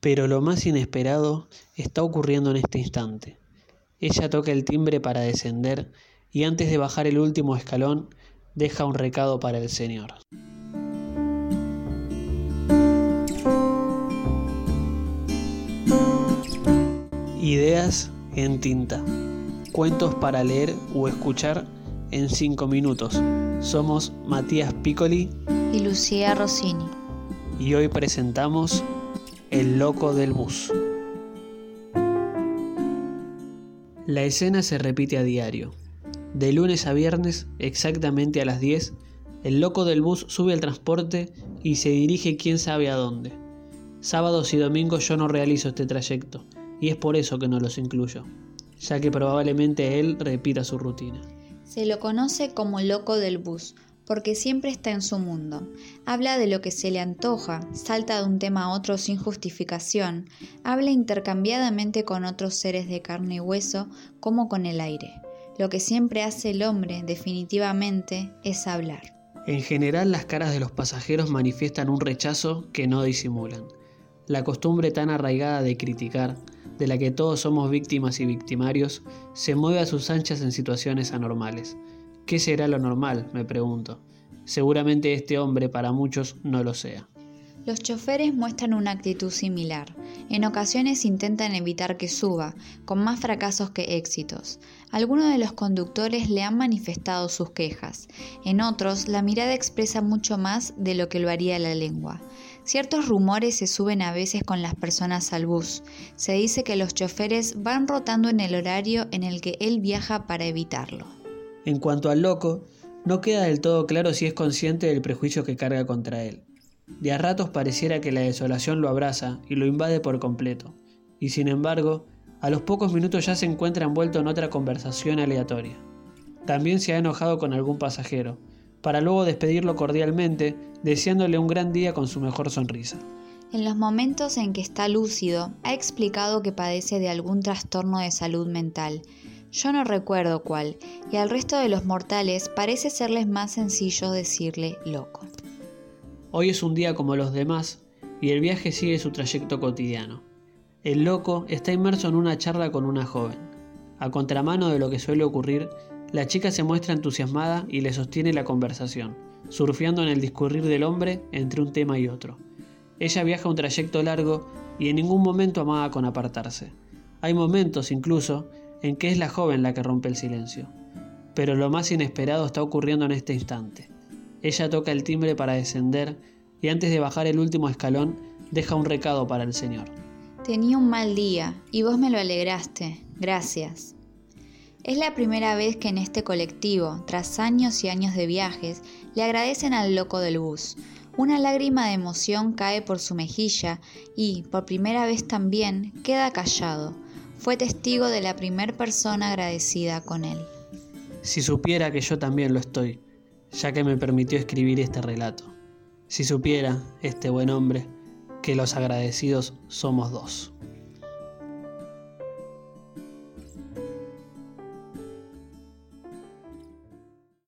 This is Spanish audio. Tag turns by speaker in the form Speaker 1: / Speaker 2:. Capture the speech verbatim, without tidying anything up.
Speaker 1: Pero lo más inesperado está ocurriendo en este instante. Ella toca el timbre para descender y antes de bajar el último escalón, deja un recado para el Señor. Ideas en tinta. Cuentos para leer o escuchar en cinco minutos. Somos Matías Piccoli
Speaker 2: y Lucía Rossini.
Speaker 1: Y hoy presentamos El loco del bus. La escena se repite a diario. De lunes a viernes, exactamente a las diez, el loco del bus sube al transporte y se dirige quién sabe a dónde. Sábados y domingos yo no realizo este trayecto, y es por eso que no los incluyo, ya que probablemente él repita su rutina.
Speaker 2: Se lo conoce como loco del bus, porque siempre está en su mundo. Habla de lo que se le antoja, salta de un tema a otro sin justificación, habla intercambiadamente con otros seres de carne y hueso, como con el aire. Lo que siempre hace el hombre, definitivamente, es hablar.
Speaker 1: En general, las caras de los pasajeros manifiestan un rechazo que no disimulan. La costumbre tan arraigada de criticar, de la que todos somos víctimas y victimarios, se mueve a sus anchas en situaciones anormales. ¿Qué será lo normal?, me pregunto. Seguramente este hombre para muchos no lo sea.
Speaker 2: Los choferes muestran una actitud similar. En ocasiones intentan evitar que suba, con más fracasos que éxitos. Algunos de los conductores le han manifestado sus quejas. En otros, la mirada expresa mucho más de lo que lo haría la lengua. Ciertos rumores se suben a veces con las personas al bus. Se dice que los choferes van rotando en el horario en el que él viaja para evitarlo.
Speaker 1: En cuanto al loco, no queda del todo claro si es consciente del prejuicio que carga contra él. De a ratos pareciera que la desolación lo abraza y lo invade por completo, y sin embargo, a los pocos minutos ya se encuentra envuelto en otra conversación aleatoria. También se ha enojado con algún pasajero, para luego despedirlo cordialmente, deseándole un gran día con su mejor sonrisa.
Speaker 2: En los momentos en que está lúcido, ha explicado que padece de algún trastorno de salud mental. Yo no recuerdo cuál, y al resto de los mortales parece serles más sencillo decirle loco.
Speaker 1: Hoy es un día como los demás, y el viaje sigue su trayecto cotidiano. El loco está inmerso en una charla con una joven. A contramano de lo que suele ocurrir, la chica se muestra entusiasmada y le sostiene la conversación, surfeando en el discurrir del hombre entre un tema y otro. Ella viaja un trayecto largo y en ningún momento amaga con apartarse. Hay momentos, incluso, en que es la joven la que rompe el silencio. Pero lo más inesperado está ocurriendo en este instante. Ella toca el timbre para descender y antes de bajar el último escalón, deja un recado para el Señor.
Speaker 2: Tenía un mal día y vos me lo alegraste. Gracias. Es la primera vez que en este colectivo, tras años y años de viajes, le agradecen al loco del bus. Una lágrima de emoción cae por su mejilla y, por primera vez también, queda callado. Fue testigo de la primer persona agradecida con él.
Speaker 1: Si supiera que yo también lo estoy, ya que me permitió escribir este relato. Si supiera, este buen hombre, que los agradecidos somos dos.